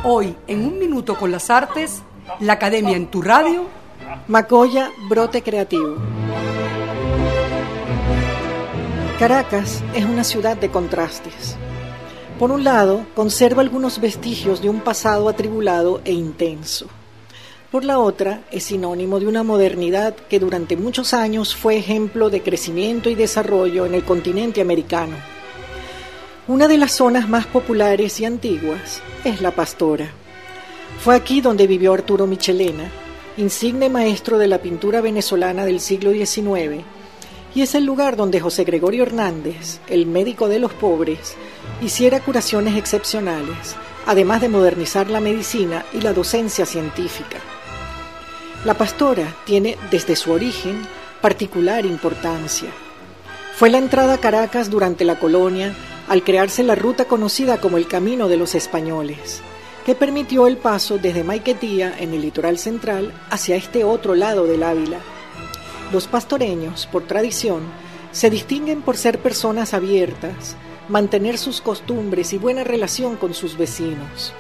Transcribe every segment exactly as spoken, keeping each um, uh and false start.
Hoy, en Un Minuto con las Artes, la Academia en tu radio. Macoya, brote creativo. Caracas es una ciudad de contrastes. Por un lado, conserva algunos vestigios de un pasado atribulado e intenso. Por la otra, es sinónimo de una modernidad que durante muchos años fue ejemplo de crecimiento y desarrollo en el continente americano. Una de las zonas más populares y antiguas es La Pastora. Fue aquí donde vivió Arturo Michelena, insigne maestro de la pintura venezolana del siglo diecinueve, y es el lugar donde José Gregorio Hernández, el médico de los pobres, hiciera curaciones excepcionales, además de modernizar la medicina y la docencia científica. La Pastora tiene, desde su origen, particular importancia. Fue la entrada a Caracas durante la colonia, al crearse la ruta conocida como el Camino de los Españoles, que permitió el paso desde Maiquetía, en el litoral central, hacia este otro lado del Ávila. Los pastoreños, por tradición, se distinguen por ser personas abiertas, mantener sus costumbres y buena relación con sus vecinos.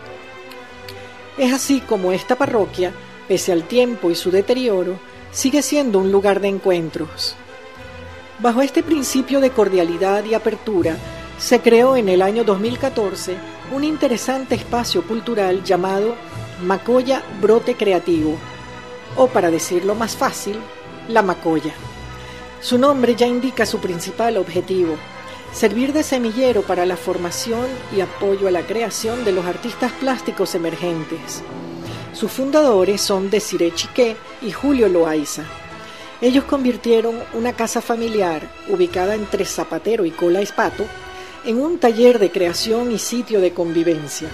Es así como esta parroquia, pese al tiempo y su deterioro, sigue siendo un lugar de encuentros. Bajo este principio de cordialidad y apertura, se creó en el año dos mil catorce un interesante espacio cultural llamado Macoya Brote Creativo, o para decirlo más fácil, La Macoya. Su nombre ya indica su principal objetivo: servir de semillero para la formación y apoyo a la creación de los artistas plásticos emergentes. Sus fundadores son Desiré Chiqué y Julio Loaiza. Ellos convirtieron una casa familiar ubicada entre Zapatero y Cola Espato en un taller de creación y sitio de convivencia.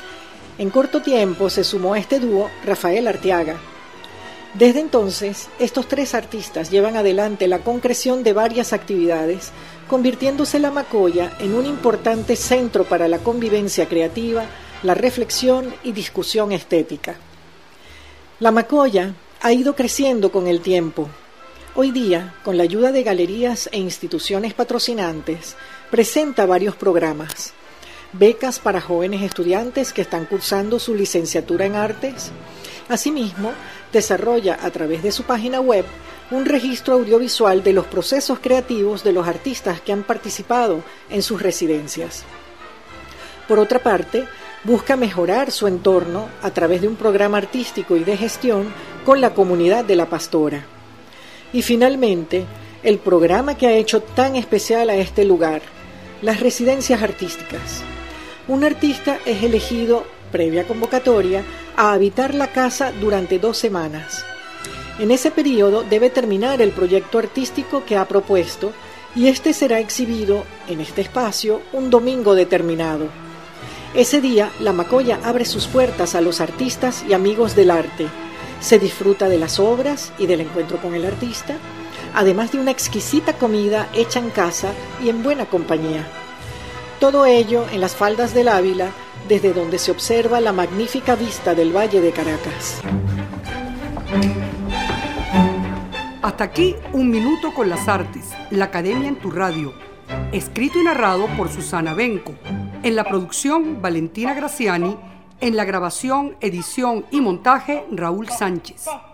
En corto tiempo se sumó a este dúo Rafael Arteaga. Desde entonces, estos tres artistas llevan adelante la concreción de varias actividades, convirtiéndose La Macoya en un importante centro para la convivencia creativa, la reflexión y discusión estética. La Macoya ha ido creciendo con el tiempo. Hoy día, con la ayuda de galerías e instituciones patrocinantes, presenta varios programas: becas para jóvenes estudiantes que están cursando su licenciatura en artes. Asimismo, desarrolla a través de su página web un registro audiovisual de los procesos creativos de los artistas que han participado en sus residencias. Por otra parte, busca mejorar su entorno a través de un programa artístico y de gestión con la comunidad de La Pastora. Y finalmente, el programa que ha hecho tan especial a este lugar, las residencias artísticas. Un artista es elegido, previa convocatoria, a habitar la casa durante dos semanas. En ese periodo debe terminar el proyecto artístico que ha propuesto y este será exhibido en este espacio un domingo determinado. Ese día, La Macoya abre sus puertas a los artistas y amigos del arte. Se disfruta de las obras y del encuentro con el artista, además de una exquisita comida hecha en casa y en buena compañía. Todo ello en las faldas del Ávila, desde donde se observa la magnífica vista del Valle de Caracas. Hasta aquí Un Minuto con las Artes, la Academia en tu radio. Escrito y narrado por Susana Benco. En la producción, Valentina Graciani. En la grabación, edición y montaje, Raúl Sánchez.